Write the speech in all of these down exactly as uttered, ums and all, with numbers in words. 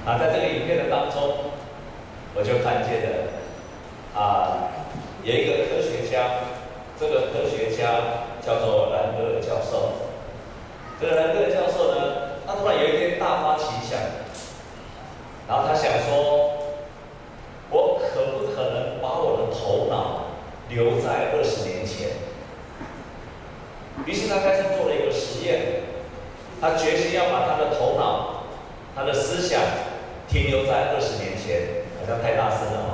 啊，在这个影片的当中，我就看见了啊，有一个科学家，这个科学家叫做兰格尔教授。这个兰格尔教授呢，他突然有一天大发奇想，然后他想说，我可不可能把我的头脑留在二十年前？于是他开始做了一个实验，他决心要把他的头脑、他的思想停留在二十年前，好像太大声了哦。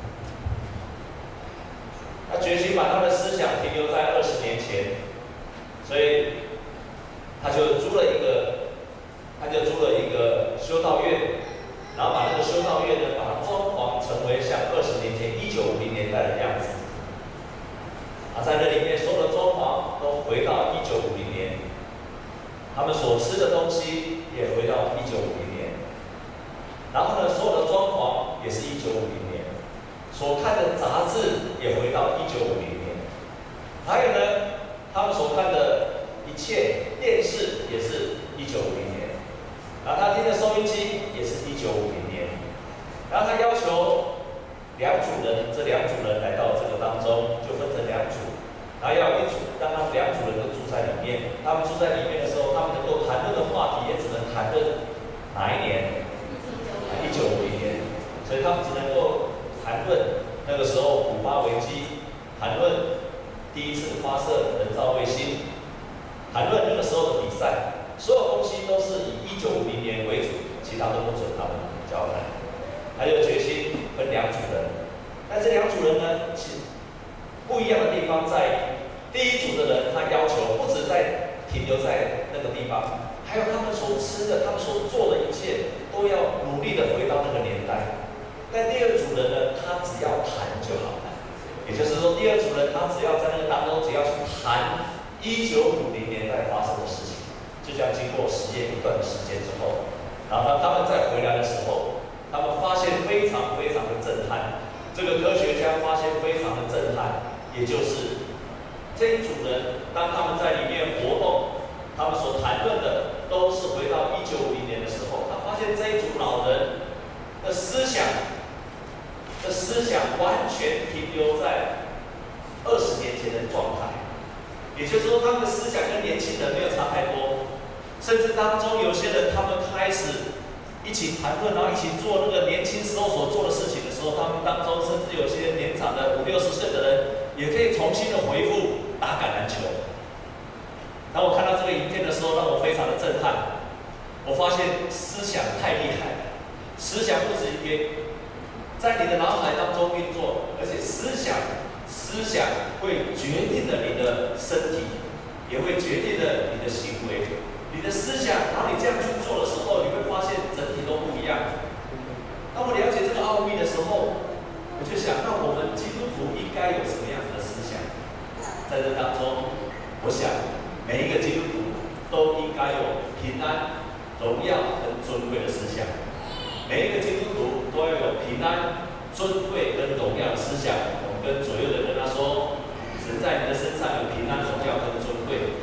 他决心把他的思想停留在二十年前，所以他就租了一个，他就租了一个修道院，然后把那个修道院呢，把它装潢成为像二十年前一九五零年代的样子。啊，在那里面所有的装潢都回到一九五零年，他们所吃的东西也回到一九五零年，然后呢，所有的装潢也是一九五零年，所看的杂志也回到一九五零年，还有呢，他们所看的一切电视也是一九五零年，然后他听的收音机也是一九五零年，然后他要求两组人，这两组人来到这个当中，就分成两组，然后要一组，让他们两组人都住在里面。他们住在里面的时候，他们能够谈论的话题也只能谈论哪一年？一九五零年。所以他们只能够谈论那个时候古巴危机，谈论第一次发射人造卫星，谈论那个时候的比赛，所有东西都是以一九五零年为主，其他都不准他们交谈。他就决心分两组人，但这两组人呢，其不一样的地方在于，第一组的人他要求不止在停留在那个地方，还有他们所吃的、他们所做的一切，都要努力的回到那个年代。但第二组人呢，他只要谈就好了，也就是说，第二组人他只要在那个当中，只要去谈一九五零年代发生的事情，就这样经过实验一段的时间之后，然后他们再回来的时候。他们发现非常非常的震撼，这个科学家发现非常的震撼，也就是这一组人，当他们在里面活动，他们所谈论的都是回到一九五零年的时候，他发现这一组老人的思想的思想完全停留在二十年前的状态，也就是说，他们的思想跟年轻人没有差太多，甚至当中有些人他们开始。一起谈论，然后一起做那个年轻时候所做的事情的时候，他们当中甚至有些年长的五六十岁的人，也可以重新的回复打橄榄球。当我看到这个影片的时候，让我非常的震撼。我发现思想太厉害了，思想不止也在你的脑海当中运作，而且思想，思想会决定了你的身体，也会决定了你的行为。你的思想，然后你这样去做的时候，你会发现整体都不一样。当我了解这个奥秘的时候，我就想，那我们基督徒应该有什么样子的思想？在这当中，我想每一个基督徒都应该有平安、荣耀跟尊贵的思想。每一个基督徒都要有平安、尊贵跟荣耀的思想。我们跟左右的人他说，神在你的身上有平安、荣耀跟尊贵。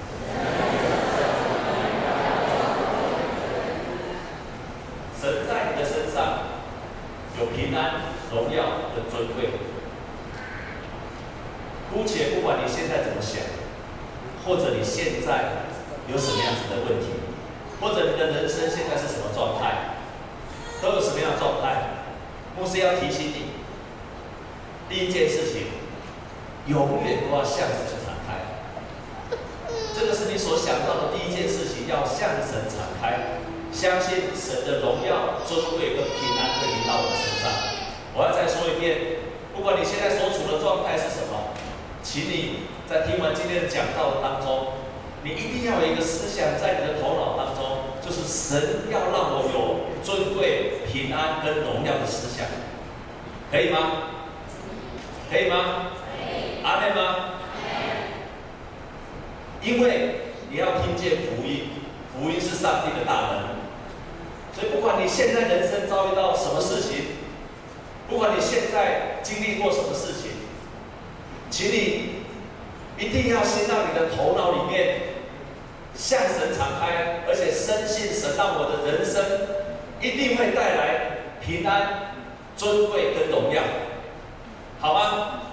神在你的身上有平安、荣耀跟尊贵。姑且不管你现在怎么想，或者你现在有什么样子的问题，或者你的人生现在是什么状态，都有什么样的状态，牧师要提醒你，第一件事情，永远都要向神敞开。这个是你所想到的第一件事情，要向神敞开。相信神的荣耀、尊贵跟平安会临到我的身上。我要再说一遍，不管你现在所处的状态是什么，请你在听完今天的讲道当中，你一定要有一个思想在你的头脑当中，就是神要让我有尊贵、平安跟荣耀的思想，可以吗？可以吗？可以。阿们吗？因为你要听见福音，福音是上帝的大门。所以，不管你现在人生遭遇到什么事情，不管你现在经历过什么事情，请你一定要先让你的头脑里面向神敞开，而且深信神让我的人生一定会带来平安、尊贵跟荣耀，好吗？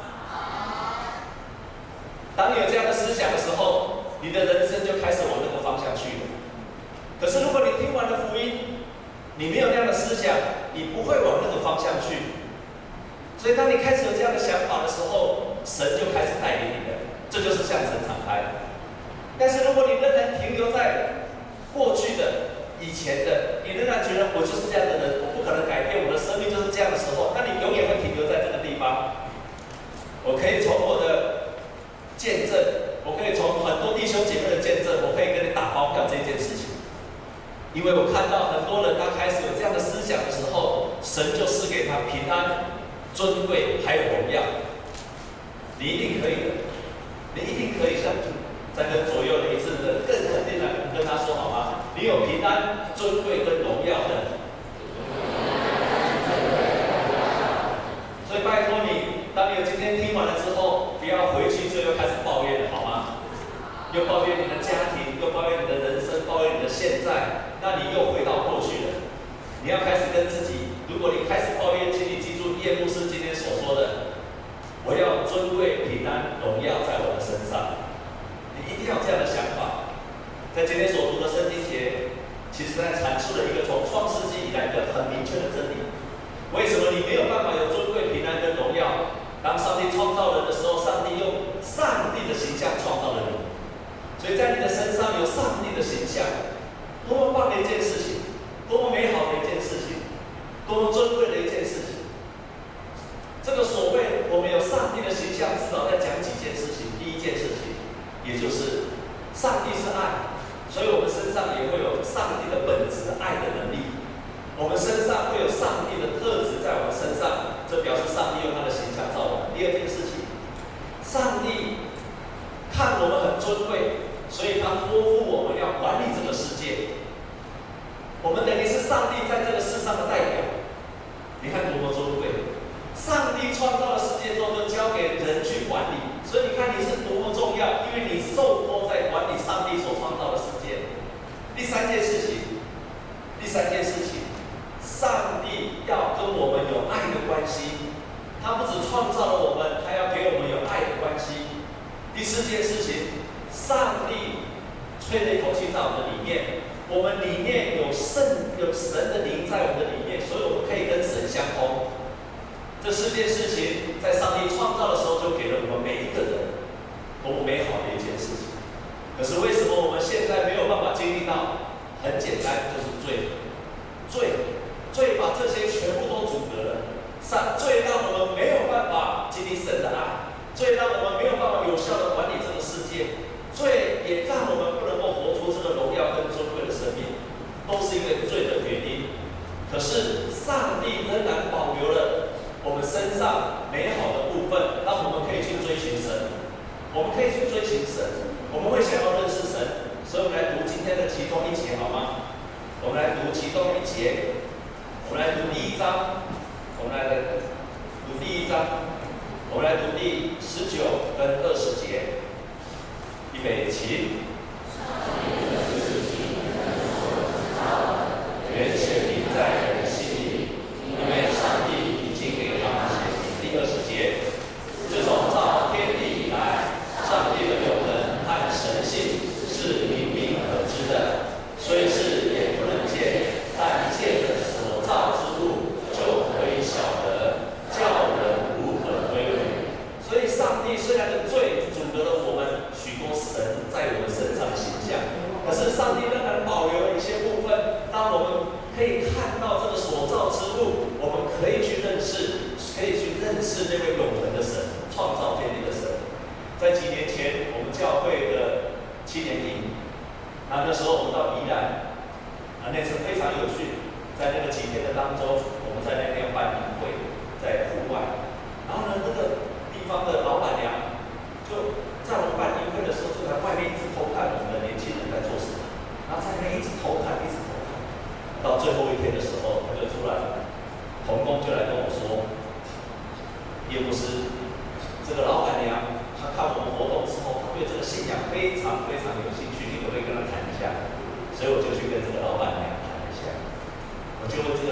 当你有这样的思想的时候，你的人生就开始往那个方向去了。可是如果你听完了福音，你没有那样的思想，你不会往那个方向去。所以当你开始有这样的想法的时候，神就开始带领你了，这就是向神敞开。但是如果你仍然停留在过去的、以前的，你仍然觉得我就是这样的人，我不可能改变，我的生命就是这样的时候，那你永远会停留在这个地方。我可以从我的见证，我可以从很多弟兄姐妹的见证，我可以跟你打包票这件事情。因为我看到很多人他开始有这样的思想的时候，神就赐给他平安、尊贵还有荣耀。你一定可以的，你一定可以的。再跟左右的一次人更肯定的跟他说好吗？你有平安、尊贵跟荣耀的。所以拜托你，当你有今天听完了之后，不要回去之后又开始抱怨了，好吗？又抱怨你的家庭，又抱怨你的人生，抱怨你的现在，那你又回到过去了。你要开始跟自己，如果你开始抱怨，请你记住叶牧师今天所说的：我要尊贵、平安、荣耀在我的身上。你一定要有这样的想法。在今天所读的圣经节，其实在阐述了一个从创世纪以来的很明确的真理。为什么你没有办法有尊贵、平安跟荣耀？当上帝创造人的时候，上帝用上帝的形象创造了你，所以在你的身上有上帝的形象，多么棒的一件事情，多么美好的一件事情，多么尊贵的一件事情。这个所谓我们有上帝的形象，至少在讲几件事情。第一件事情，也就是上帝是爱，所以我们身上也会有上帝的本质爱的能力。我们身上会有上帝的特质在我们身上，这表示上帝用他的形象造我们。第二件事情，上帝看我们很尊贵，所以他托付我们要管理这个世界。我们等于是上帝在这个世上的代表，你看多么尊贵！上帝创造了世界之后，就交给人去管理，所以你看你是多么重要，因为你受托在管理上帝所创造的世界。第三件事情，第三件事情。上帝要跟我们有爱的关系，他不只创造了我们，他要给我们有爱的关系。第四件事情，上帝吹了一口气在我们里面，我们里面有圣有神的灵在我们的里面，所以我们可以跟神相通。这四件事情在上帝创造的时候就给了我们每一个人多么美好的一件事情。可是为什么我们现在没有办法经历到？很简单，就是罪，罪。罪把这些全部都阻隔了，上罪让我们没有办法经历神的爱，罪让我们没有办法有效的管理这个世界，罪也让我们不能够活出这个荣耀跟尊贵的生命，都是因为罪的原因。可是上帝仍然保留了我们身上美好的部分，让我们可以去追寻神，我们可以去追寻神，我们会想要认识神。所以我们来读今天的其中一节好吗？我们来读其中一节。我们来读第一章，我们来读第一章，我们来读第十九跟二十节。预备起。原显明在人心里，因为上帝已经给他们显明。第二十节，自从造天地以来，上帝的永恒和神性是明明可知的，虽是眼不能见，但借着所造之物就可以晓得，叫人无可推诿。所以，上帝虽然的罪阻隔了我们许多神在我们身上的形象，可是上帝仍然保留了一些部分，当我们可以看到这个所造之物，我们可以去认识，可以去认识那位永恒的神，创造天地的神。在几年前，我们教会的七年营，那那时候我们到宜兰，啊，那次非常有趣。在那个几天的当中，我们在那边办营会，在户外。然后呢，那个地方的老板娘就在我们办营会的时候，就在外面一直偷看我们的年轻人在做什么，然后在那边一直偷看，一直偷看。到最后一天的时候，他就突然童工就来跟我说：“叶牧师，这个老板娘她看我们活动之后，她对这个信仰非常非常有兴趣，你可不可以跟她谈一下？”所以我就去跟这个老板娘谈一下。我就问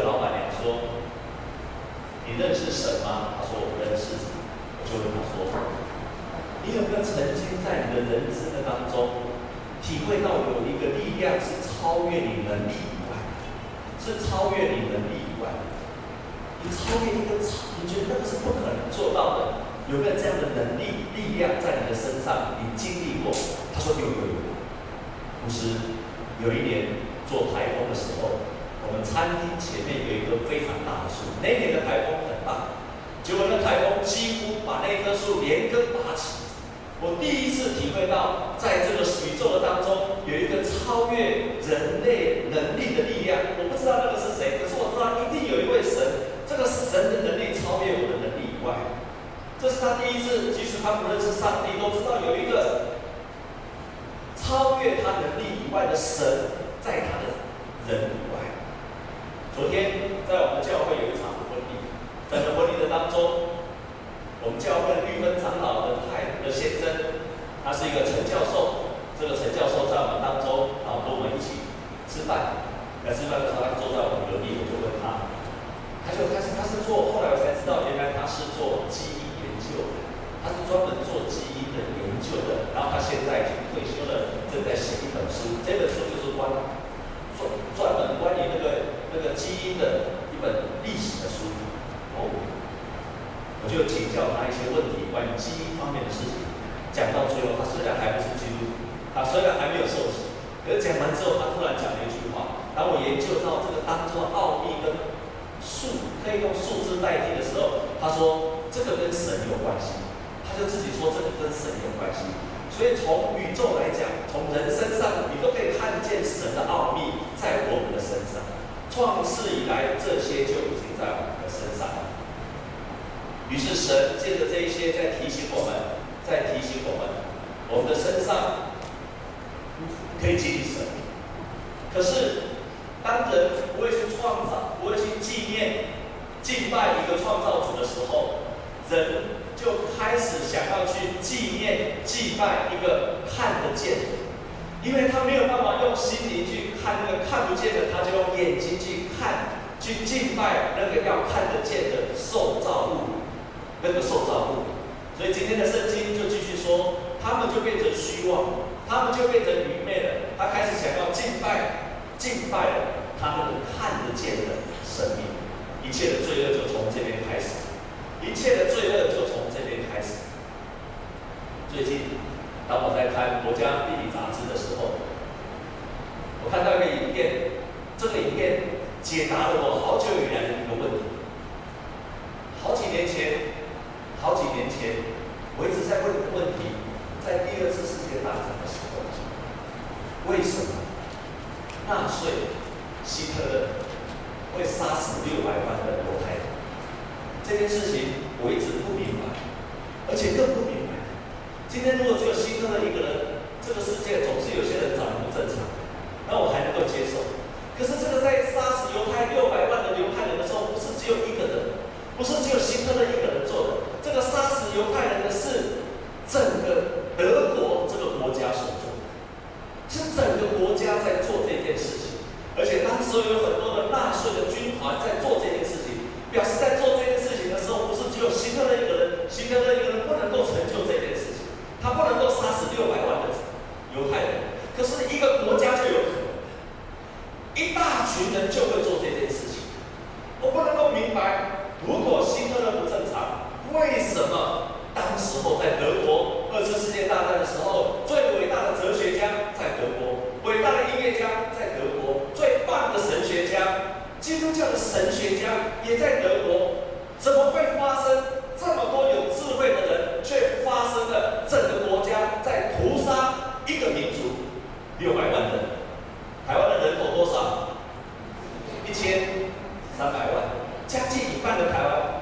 老板娘说：“你认识神吗？”他说：“我认识。”我就问他说：“你有没有曾经在你的人生的当中，体会到有一个力量是超越你能力以外，是超越你能力以外？你超越一个，你觉得那个是不可能做到的？有没有这样的能力、力量在你的身上？你经历过？”他说：“有有有。”同时，有一年做台风的时候，我们餐厅前面有一棵非常大的树，那年的台风很大，结果那台风几乎把那棵树连根拔起。我第一次体会到，在这个宇宙的当中有一个超越人类能力的力量。我不知道那个是谁，可是我知道一定有一位神，这个神的能力超越我的能力以外。这是他第一次，即使他不认识上帝，都知道有一个超越他能力以外的神在他的人以外。昨天在我们教会有一场婚礼，在这婚礼的当中，我们教会绿分长老的太的先生，他是一个陈教授。这个陈教授在我们当中，然后跟我们一起吃饭。在吃饭的时候，他坐在我们隔壁，我就问他，他就开始他是做，后来我才知道，原来他是做基因研究的，他是专门做基因的研究的。然后他现在已经退休了，正在写一本书，这本书就是关专专门关于那个那个基因的一本历史的书。哦，我就请教他一些问题，关于基因方面的事情。讲到最后，他虽然还不是基督徒，他虽然还没有受洗，可是讲完之后，他突然讲了一句话。当我研究到这个当中的奥秘跟数可以用数字代替的时候，他说这个跟神有关系，他就自己说这个跟神有关系。所以从宇宙来讲，从人身上，你都可以看见神的奥秘在我们的身上。创世以来，这些就已经在我们的身上了。于是神借着这一些在提醒我们，在提醒我们，我们的身上可以经历神。可是当人不会去创造，不会去纪念、敬拜一个创造主的时候，人就开始想要去纪念、祭拜一个看得见的，因为他没有办法用心灵去看那个看不见的，他就用眼睛去看、去敬拜那个要看得见的受造物，那个受造物。所以今天的圣经就继续说，他们就变成虚妄，他们就变成愚昧了。他开始想要敬拜、敬拜了他那个看得见的生命。一切的罪恶就从这边开始。一切的罪恶就从这边开始。最近，当我在看《国家地理》杂志的时候，我看到一个影片，这个影片解答了我好久以来的一个问题。好几年前，好几年前，我一直在问一个问题：在第二次世界大战的时候，为什么纳粹希特勒会杀死六百万的犹太人？这件事情我一直不明白，而且更不明白。今天如果只有希特勒一个人，这个世界总是有些人长得不正常，那我还能够接受。可是这个在杀死犹太六百万的犹太人的时候，不是只有一个人，不是只有希特勒一个人做的。这个杀死犹太人的是整个德国这个国家所做的，是整个国家在做这件事情。而且当时有很多的纳粹的军团在做这件事情。表示在做这件事情的时候，不是只有希特勒一个人，希特勒一个人不能够成就这件事情，他不能够杀死六百万的犹太人，可是一个国家就有可能，一大群人就会做这件事情。我不能够明白，如果希特勒不正常，为什么当时候在德国二次世界大战的时候，最伟大的哲学家在德国，伟大的音乐家在德国，最棒的神学家。基督教的神学家也在德国，怎么会发生这么多有智慧的人，却发生了整个国家在屠杀一个民族六百万人？台湾的人口多少？一千三百万，将近一半的台湾，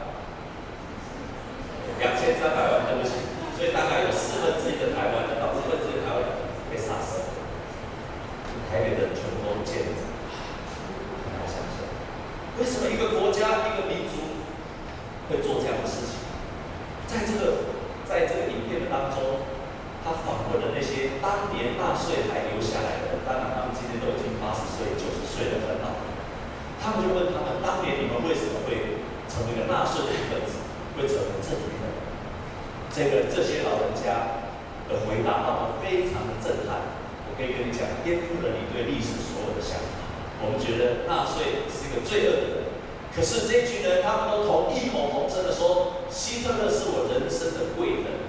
两千三百万，对不起，所以大概有四分之一的台湾，到四分之一的台湾被杀死了，台北的人全部都不见了。为什么一个国家、一个民族会做这样的事情？在这个，在这个影片的当中，他访问了那些当年纳粹还留下来的人，当然他们今天都已经八十岁、九十岁的很老了。 他们就问他们，当年你们为什么会成为一个纳粹的一份子，会成为这里的？这个这些老人家的回答让我非常的震撼。我可以跟你讲，颠覆了你对历史所有的想法。我们觉得纳粹是一个罪恶的人，可是这群人他们都同异口同声的说，希特勒是我人生的贵人。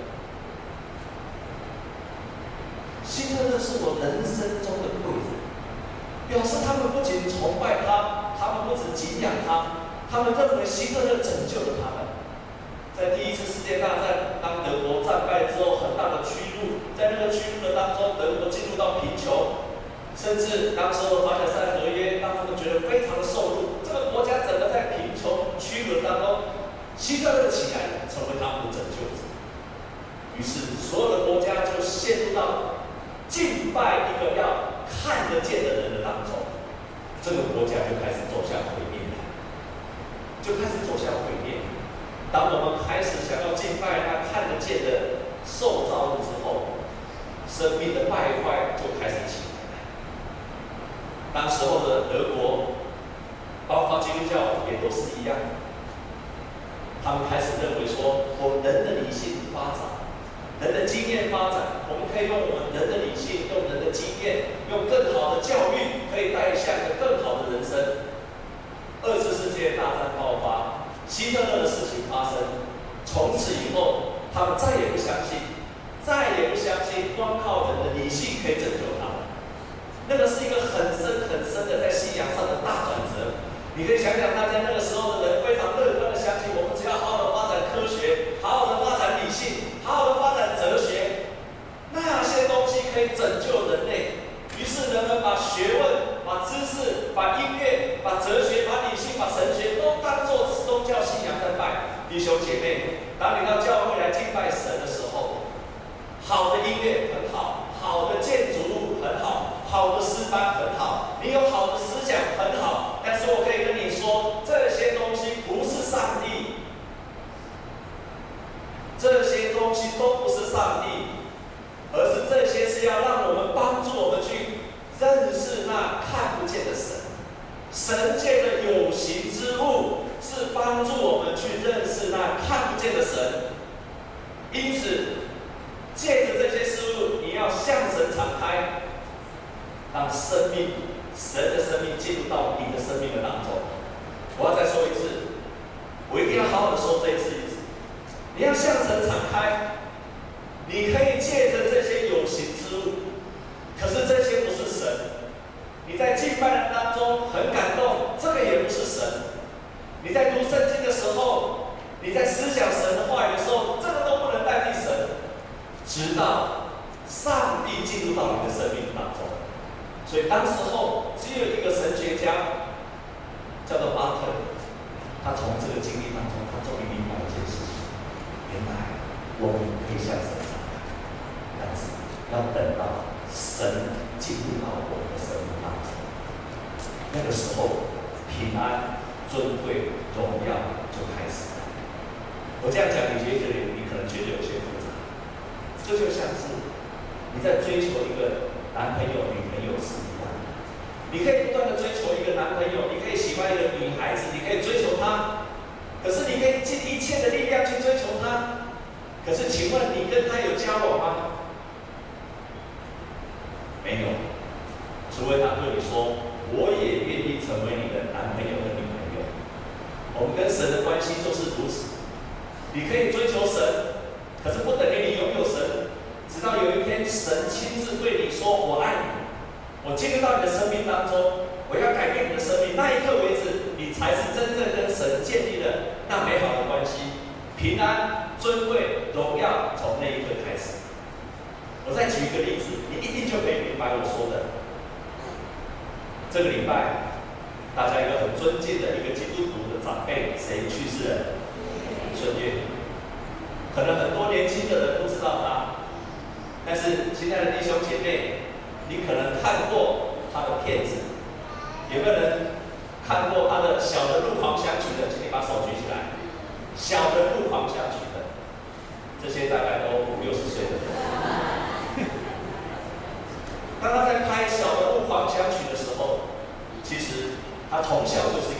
希特勒是我人生中的贵人，表示他们不仅崇拜他，他们不止敬仰他，他们认为希特勒拯救了他们。在第一次世界大战，当德国战败之后，很大的屈辱，在那个屈辱的当中，德国进入到贫穷，甚至当时的凡尔赛合约，让他们觉得非常的受辱。这个国家整个在贫穷屈辱当中，希特勒起来成为他们的拯救者。于是，所有的国家就陷入到敬拜一个要看得见的人的当中，这个国家就开始走向毁灭了，就开始走向毁灭。当我们开始想要敬拜那看得见的受造物之后，生命的败坏就开始起来了。当时候的德国，包括基督教也都是一样，他们开始认为说，我们人的理性发展。人的经验发展，我们可以用我们人的理性，用人的经验，用更好的教育，可以带向一个更好的人生。二次世界大战爆发，希特勒的事情发生，从此以后，他们再也不相信，再也不相信光靠人的理性可以拯救他们。那个是一个很深很深的在信仰上的大转折。你可以想想，大家那个时候的人非常乐观的相信，我们只要好好的发展科学，好好的发展理性，好好的发展哲学，那些东西可以拯救人类。于是人们把学问、把知识、把音乐、把哲学、把理性、把神学都当作宗教信仰在拜。弟兄姐妹，当你到教会来敬拜神的时候，好的音乐很好，好的建筑物很好，好的诗班很好，你有好的思想很好，但是我可以跟你说，这些东西不是上帝，这些东西都不是上帝，而是这些是要让我们帮助我们去认识那看不见的神。神借着有形之物，是帮助我们去认识那看不见的神。因此，借着这些事物，你要向神敞开，让生命、神的生命进入到你的生命的当中。我要再说一次，我一定要好好的说这一次。你要向神敞开，你可以借着这些有形之物，可是这些不是神。你在敬拜的当中很感动，这个也不是神。你在读圣经的时候，你在思想神的话语的时候，这个都不能代替神。直到上帝进入到你的生命当中，所以当时候只有一个神学家叫做巴特，他从这个经历当中，他终于明白一件事情：原来我们可以向神敞开，但是要等到神进入到我们的生命当中，那个时候平安、尊贵、荣耀就开始了。我这样讲，你觉得你可能觉得有些复杂。这就像是你在追求一个男朋友、女朋友是一样的。你可以不断的追求一个男朋友，你可以喜欢一个女孩子，你可以追求她，可是你可以尽一切的力量去追求她。可是，请问你跟她有交往吗？没有，除非他对你说：“我也愿意成为你的男朋友跟女朋友。”我们跟神的关系就是如此。你可以追求神。可是不等于你拥有神，直到有一天神亲自对你说：“我爱你，我进入到你的生命当中，我要改变你的生命。”那一刻为止，你才是真正跟神建立了那美好的关系，平安、尊贵、荣耀，从那一刻开始。我再举一个例子，你一定就可以明白我说的。这个礼拜，大家一个很尊敬的一个基督徒的长辈，谁去世了？孙悦。可能很多年轻的人不知道他，但是亲爱的弟兄姐妹，你可能看过他的片子。有没有人看过他的小的路狂想曲的？请你把手举起来。小的路狂想曲的，这些大概都五六十岁的人。当他在拍小的路狂想曲的时候，其实他从小就是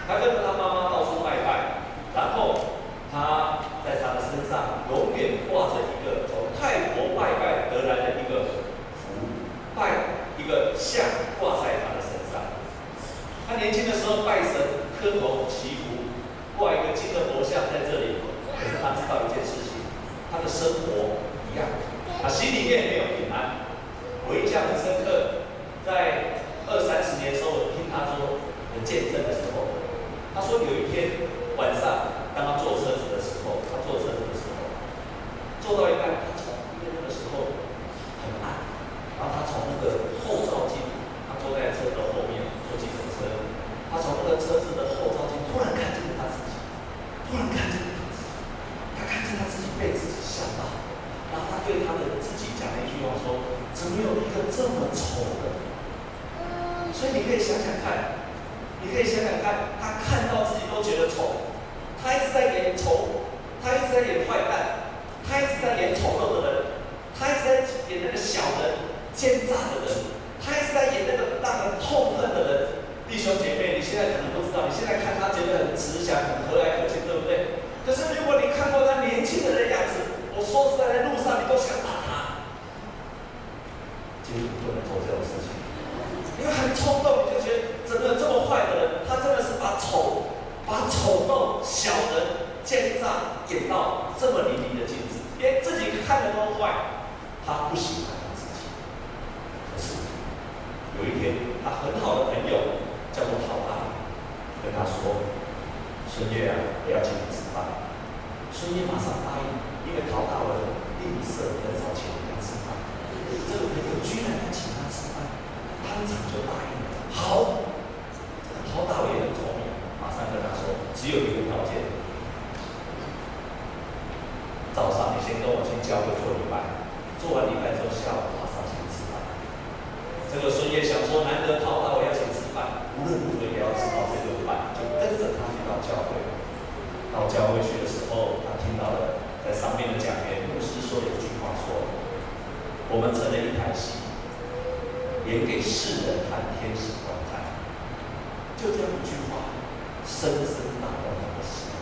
他跟着他妈妈到处拜拜，然后他在他的身上永远挂着一个从泰国拜拜得来的一个符拜一个像挂在他的身上。他年轻的时候拜神磕头祈福，挂一个金的佛像在这里，可是他知道一件事情，他的生活一样，他心里面没有平安。我印象很深刻，在二三十年的时候，我听他说的见证的时候，他说有一天晚上，当他坐车子的时候，他坐车子的时候，坐到一半，他从因为那个时候很暗，然后他从那个后照镜，他坐在车的后面坐计程车，他从那个车子的后照镜突然看见了他自己，突然看见了他自己，他看见他自己被自己吓到，然后他对他的自己讲了一句话说：怎么有一个这么丑的？所以你可以想想看，你可以想想看，他看到自己都觉得丑，他一直在演丑，他一直在演坏蛋，他一直在演丑陋的人，他一直在演那个小人、奸诈的人，他一直在演那个让人痛恨的人。弟兄姐妹，你现在可能不知道，你现在看他觉得很慈祥、很和蔼可亲，对不对？可是如果你看过他年轻人的样子，我说实在，在路上你都想打他。基督徒不能做这种事情，因为很冲动，你就觉得怎么有这么坏的人？他真的是把丑、把丑陋、小人、奸诈演到这么淋漓的尽致，连自己看的都坏，他不喜欢他自己。可是有一天，他很好的朋友叫做陶大，跟他说：“孙越啊，我要请你吃饭。”孙越马上答应，因为陶大为了吝啬，很少请人家吃饭。这个朋友居然要请他吃饭，当场就答应了。好，这个陶大伟很聪明，马上跟他说，只有一个条件：早上你先跟我去教会做礼拜，做完礼拜之后下午马上请你吃饭。这个孙越想说，难得陶大伟要请吃饭，无论如何也要吃到这顿饭，就跟着他去到教会。到教会去的时候，他听到了在上面的讲员牧师说有一句话说。我们成了一台戏，演给世人和天使观看。就这样一句话，深深打动他的心。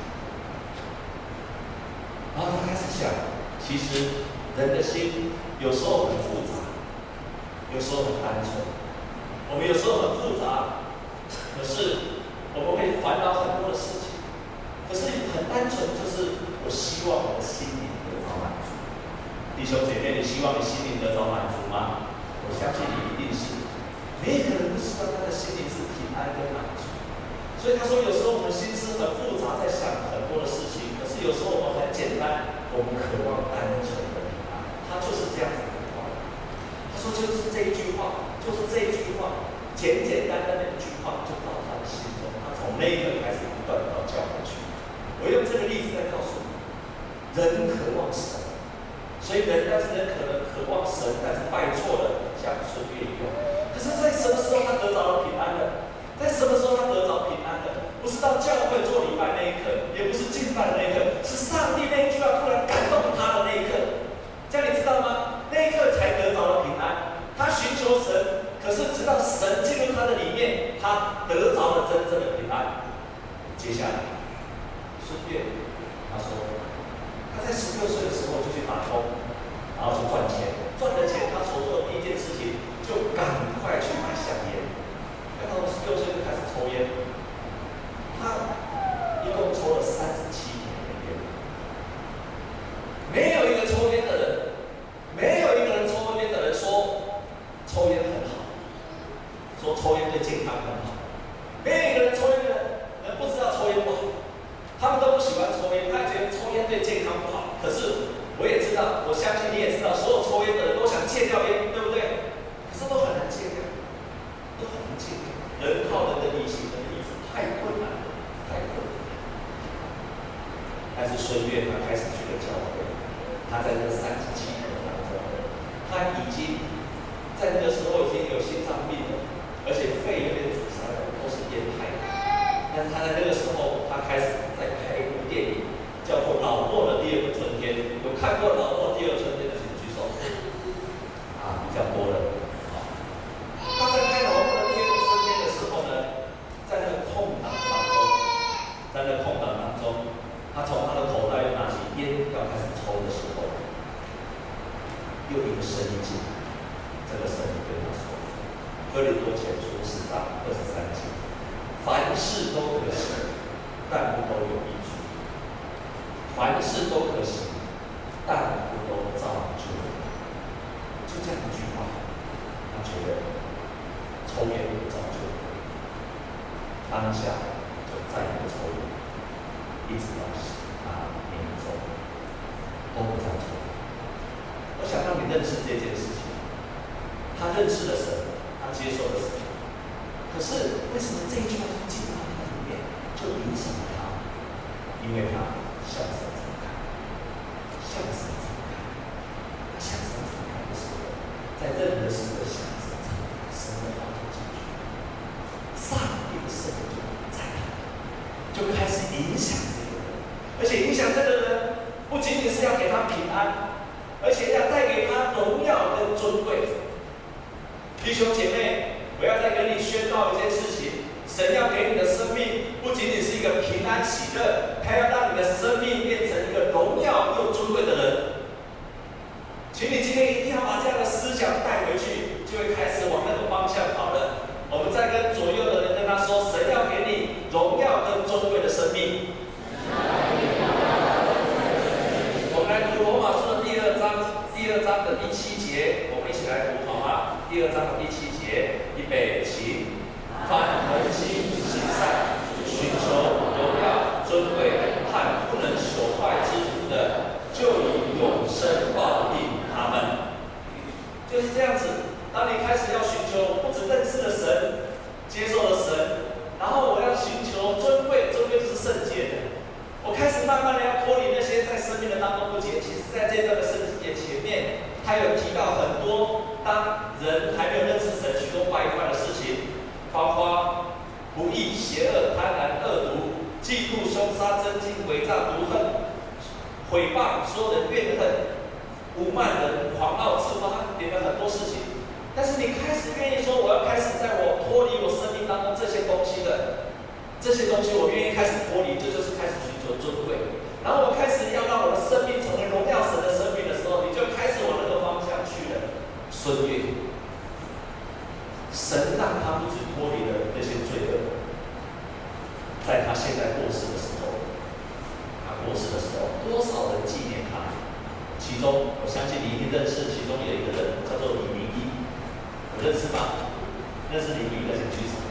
然后他开始想，其实人的心有时候很复杂，有时候很单纯。我们有时候很复杂，可是我们会烦恼很多的事情。可是很单纯，就是我希望我的心灵得到满足。弟兄姐妹，你希望你心灵得到满足吗？我相信你一定是。没有人不希望他的心灵是平安跟满足。所以他说，有时候我们心思很复杂，在想很多的事情，可是有时候我们很简单，我们渴望单纯的平安。他就是这样子的话。他说，就是这一句话，就是这一句话，简简单单的一句话，就到他的心中。他从那一刻开始不断到教会去。我用这个例子在告诉你，人渴望神。所以人，但是人可能渴望神，但是拜错了，像孙越一样。可是，在什么时候他得着了平安呢？在什么时候他得着平安呢？不是到教会做礼拜那一刻，也不是敬拜的那一刻，是上帝那一句话突然感动他的那一刻。这样你知道吗？那一刻才得着了平安。他寻求神，可是直到神进入他的里面，他得着了真正的平安。接下来，孙越他说。他在十六岁的时候就去打工，然后去赚钱，赚了钱，他所做的第一件事情就赶快去买香烟。他到十六岁就开始抽烟，他一共抽了三十七年的烟。没有一个抽烟的人，没有一个人抽烟的人说抽烟很好，说抽烟对健康很好。没有一个人抽烟的人，人不知道抽烟不好。他们都不喜欢抽烟，他觉得抽烟对健康不好。可是我也知道，我相信你也知道，所有抽烟的人都想戒掉烟，对不对？可是都很难戒掉，都很难戒掉。人靠人的理性、人的意志太困难了，太困难了。但是孙越他开始去了教会，他在这三十七年当中，他已经在那个时候已经有心脏病了，而且肺有点阻塞了，都是烟害的。但是他在那个时候，他开始在拍一部电影，叫做《老莫的第二个春天》。有看过《老莫第二春天》的，请举手。啊，比较多了。他在拍《老莫的第二个春天》的时候呢，在那个空档当中， 哥林多前书四章二十三节，凡事都可行，但不都有益处；凡事都可行，但不都造就。就这样一句话，他觉得抽烟不造就，当下就再也不抽烟，一直到他年终都不再抽烟。我想让你认识这件事情，他认识了神，他接受了神。可是为什么这一句话进到他里面就影响了他？因为他向神敞开，向神敞开，他向神敞开的时候，在任何时刻向神敞开，神的话就进去，上帝的圣灵就在他，就开始影响这个人，而且影响这个人不仅仅是要给他平安。而且要带给他荣耀跟尊贵。弟兄姐妹，我要再跟你宣告一件事情：神要给你的生命，不仅仅是一个平安喜乐，他要让你的生命变成一个荣耀又尊贵的人。请你今天一定要把这样的思想带回去，就会开始往那个方向跑了。我们再跟左右的人跟他说：神要给你荣耀跟尊贵的生命。我们来读罗马书的第二章，第二章的第七节，我们一起来读好吗？第二章的第七节，预备起。凡恒心行善，寻求荣耀、尊贵和不能朽坏之福的，就以永生报应他们。就是这样子。当你开始要寻求，不只认识了神，接受了神，然后我要寻求尊贵，尊贵就是圣洁的。我开始慢慢的要脱离那些在生命的当中不洁。其实，在这段的圣经前面，他有提到很多，当人还没有认识神，许多败坏的事情，包括不义、邪恶、贪婪、恶毒、嫉妒、凶杀、争竞、伪诈、毒恨、毁谤、说人怨恨、侮慢人、狂傲、自发，点了很多事情。但是你开始愿意说，我要开始在我脱离我生命当中这些东西的。这些东西我愿意开始脱离，这就是开始寻求尊贵。然后我开始要让我的生命成为荣耀神的生命的时候，你就开始往那个方向去了。孙悦，神让他不止脱离了那些罪恶，在他现在过世的时候，他过世的时候，多少人纪念他？其中，我相信你一定认识，其中有一个人叫做李明一，我认识吗？认识李明一的请举手。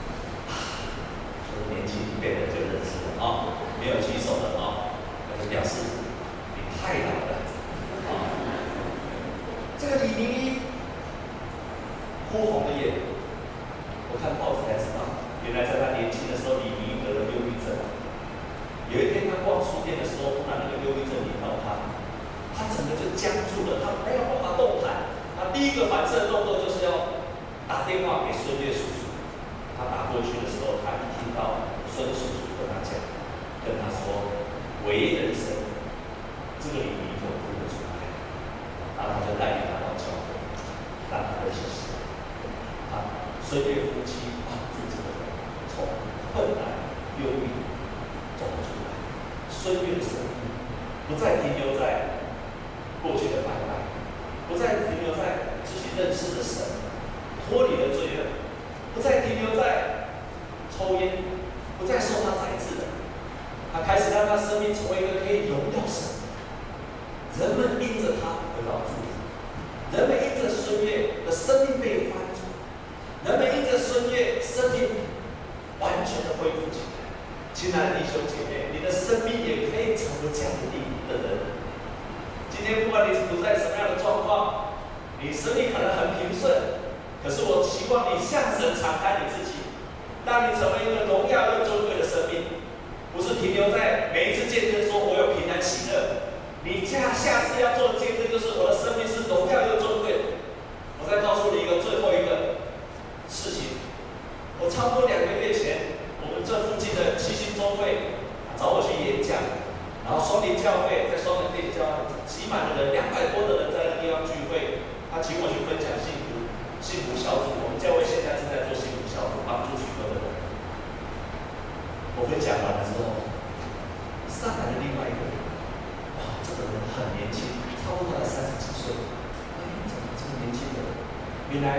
年轻一辈的就认识了啊，没有举手的啊，那就表示你太老了啊。这个李明一哭红了眼，我看报纸才知道，原来在他年轻的时候，李明一得了忧郁症。有一天他逛书店的时候，突然那个忧郁症领到他，他整个就僵住了，他没有办法动弹。他第一个反射动作就是要打电话给孙悦叔叔。他打过去的时候，他一听到孙叔叔跟他讲，跟他说“喂”的一声，这个李明就哭了出来，然后他就带领他到教会，让他认识神。啊，孙悦夫妻帮助这个人从困难、忧郁走出来。孙悦的生命不再停留在过去的拜拜，不再停留在自己认识的神，脱离了罪恶。不再停留在抽烟，不再受他宰制的，他开始让他生命成为一个可以荣耀神。人们因着他得到祝福，人们因着孙悦的生命被翻转，人们因着孙悦生命完全的恢复起来。亲爱的弟兄姐妹，你的生命也可以成为这样的人。今天不管你处在什么样的状况，你生命可能很平顺。可是我希望你向神敞开你自己，让你成为一个荣耀又尊贵的生命，不是停留在每一次见证说我有平安喜乐。你下下次要做的见证就是我的生命是荣耀又尊贵的。我再告诉你一个最后一个事情，我差不多两个月前，我们这附近的七星中会找我去演讲，然后双林教会在双林店教挤满了人，两百多的人在那个地方聚会，他请我去分享信徒。幸福小组，我们教会现在正在做幸福小组，帮助许多的人。我分享完了之后，上来的另外一个人，哇，这个人很年轻，差不多才三十几岁，哎，怎么这么年轻的？原来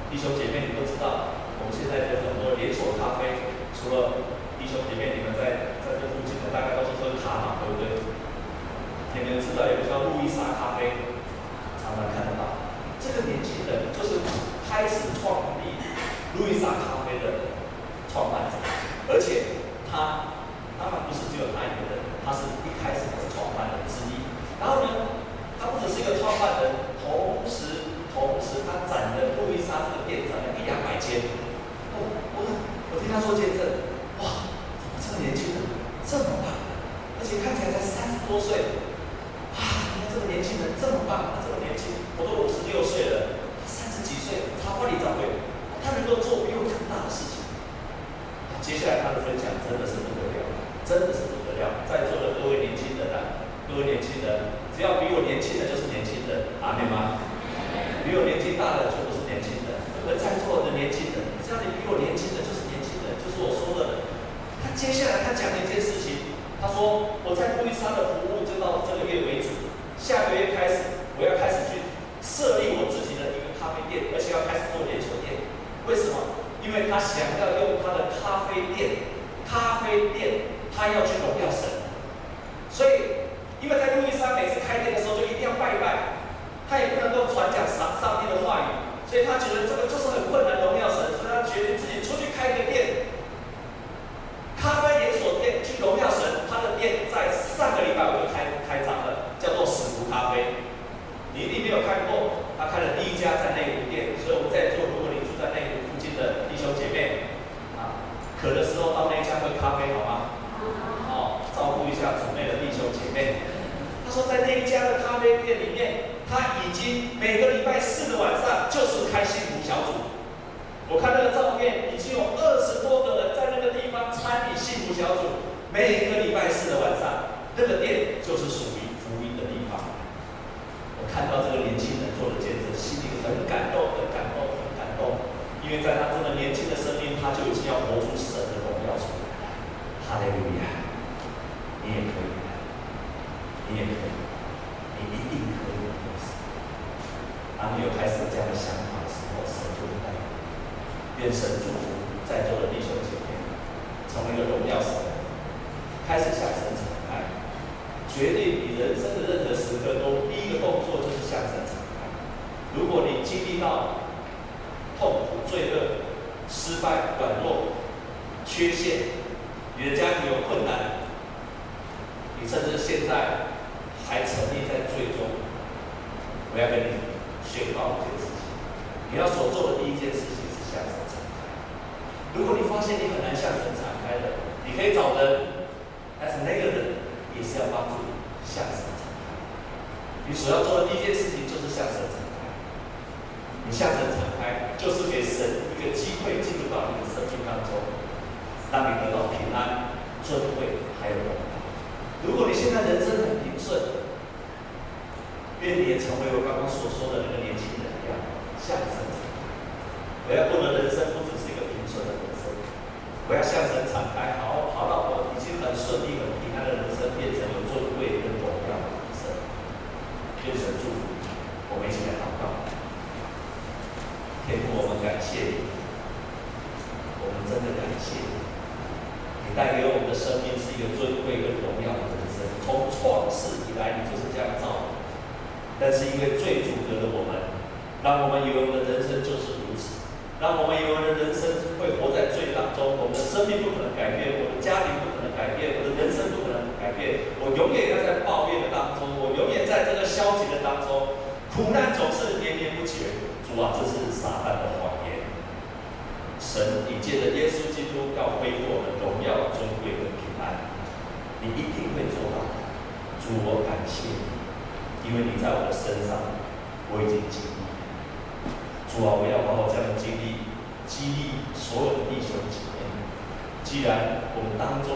弟兄姐妹，你都知道，我们现在有很多连锁咖啡，除了弟兄姐妹你们在在这附近的，大概都是喝咖嘛，对不对？你们知道有个叫路易莎咖啡，常常看得到。这个年轻人就是开始创立路易莎咖啡的创办者，而且他当然不是只有他一个人，他是一开始的创办人之一。然后呢，他不只是一个创办人，同时同时他攒的路易莎这个店攒了一两百间。我我我听他说见证，哇，怎么这个年轻人这么棒，而且看起来才三十多岁，啊，你看这个年轻人这么棒，他这么年轻，我都五十六岁了，他三十几岁，他管理长会，他能够做比我更大的事情。接下来他的分享真的是不得了，真的是不得了，在座的各位年轻人啊。各位年轻人，只要比我年轻的就是年轻人，阿们吗？比我年纪大的就不是年轻人。而在座的年轻人，只要你比我年轻的就是年轻人，就是我说的。他接下来他讲了一件事情，他说我在路易莎的服务就到这个月为止，下个月开始我要开始去设立我自己的一个咖啡店，而且要开始做连锁店。为什么？因为他想要用他的咖啡店，咖啡店他要去荣耀神，所以。因为在路易莎每次开店的时候就一定要拜拜，他也不能够传讲上上帝的话语，所以他觉得这个就是很困难荣耀神，所以他决定自己出去开一个店，咖啡连锁店去荣耀神。他的店在上个礼拜我就开开张了，叫做史福咖啡。你一定没有看过，他开了第一家在内湖店，所以我们在座如果你住在内湖附近的弟兄姐妹，啊，渴的时候到那一家喝咖啡好吗？哦，照顾一下主内的弟兄姐妹。他说，在那一家的咖啡店里面，他已经每个礼拜四的晚上就是开幸福小组。我看那个照片，已经有二十多个人在那个地方参与幸福小组。每个礼拜四的晚上，那个店就是属于福音的地方。我看到这个年轻人做的见证，心里很感动，很感动，很感动。因为在他这么年轻的生命，他就已经要活出神的荣耀出来。哈利路亚！你也可以。你也可以，你一定可以的。当你有开始这样的想法的时候，神就会带领。愿神祝福在座的弟兄姐妹，成为一个荣耀神，开始向神敞开。决定你人生的任何时刻都第一个动作就是向神敞开。如果你经历到痛苦、罪恶、失败、软弱、缺陷，你的家庭有困难，你甚至现在还沉溺在罪中，我要跟你宣告一件事情：你要所做的第一件事情是向神敞开。如果你发现你很难向神敞开的，你可以找人，但是那个人也是要帮助你向神敞开。你所要做的第一件事情就是向神敞开。你向神敞开，就是给神一个机会进入到你的生命当中，让你得到平安、尊贵还有荣耀。如果你现在人生很平顺，愿你也成为我刚刚所说的那个年轻人一样，向神敞开。我要过的人生不只是一个平顺的人生，我要向神敞开，好好到我已经很顺利、很平安的人生，变成有尊贵跟荣耀的人生。愿神祝福你，我们一起来祷告。天父，我们感谢你，我们真的感谢你。你带给我们的生命是一个尊贵跟荣耀的人生，从创世以来，你就是这样造的。但是因为罪阻隔了我们，让我们以为我们的人生就是如此，让我们以为我们的人生会活在罪当中，我们的生命不可能改变，我的家庭不可能改变，我的人生不可能改变，我永远要在抱怨的当中，我永远在这个消极的当中，苦难总是绵绵不绝。主啊，这是撒旦的谎言。神，你借着耶稣基督要恢复我们荣耀、尊贵跟平安，你一定会做到。主，我感谢你，因为你在我的身上，我已经经历。主啊，我要把我这样的经历激励所有的弟兄姐妹。既然我们当中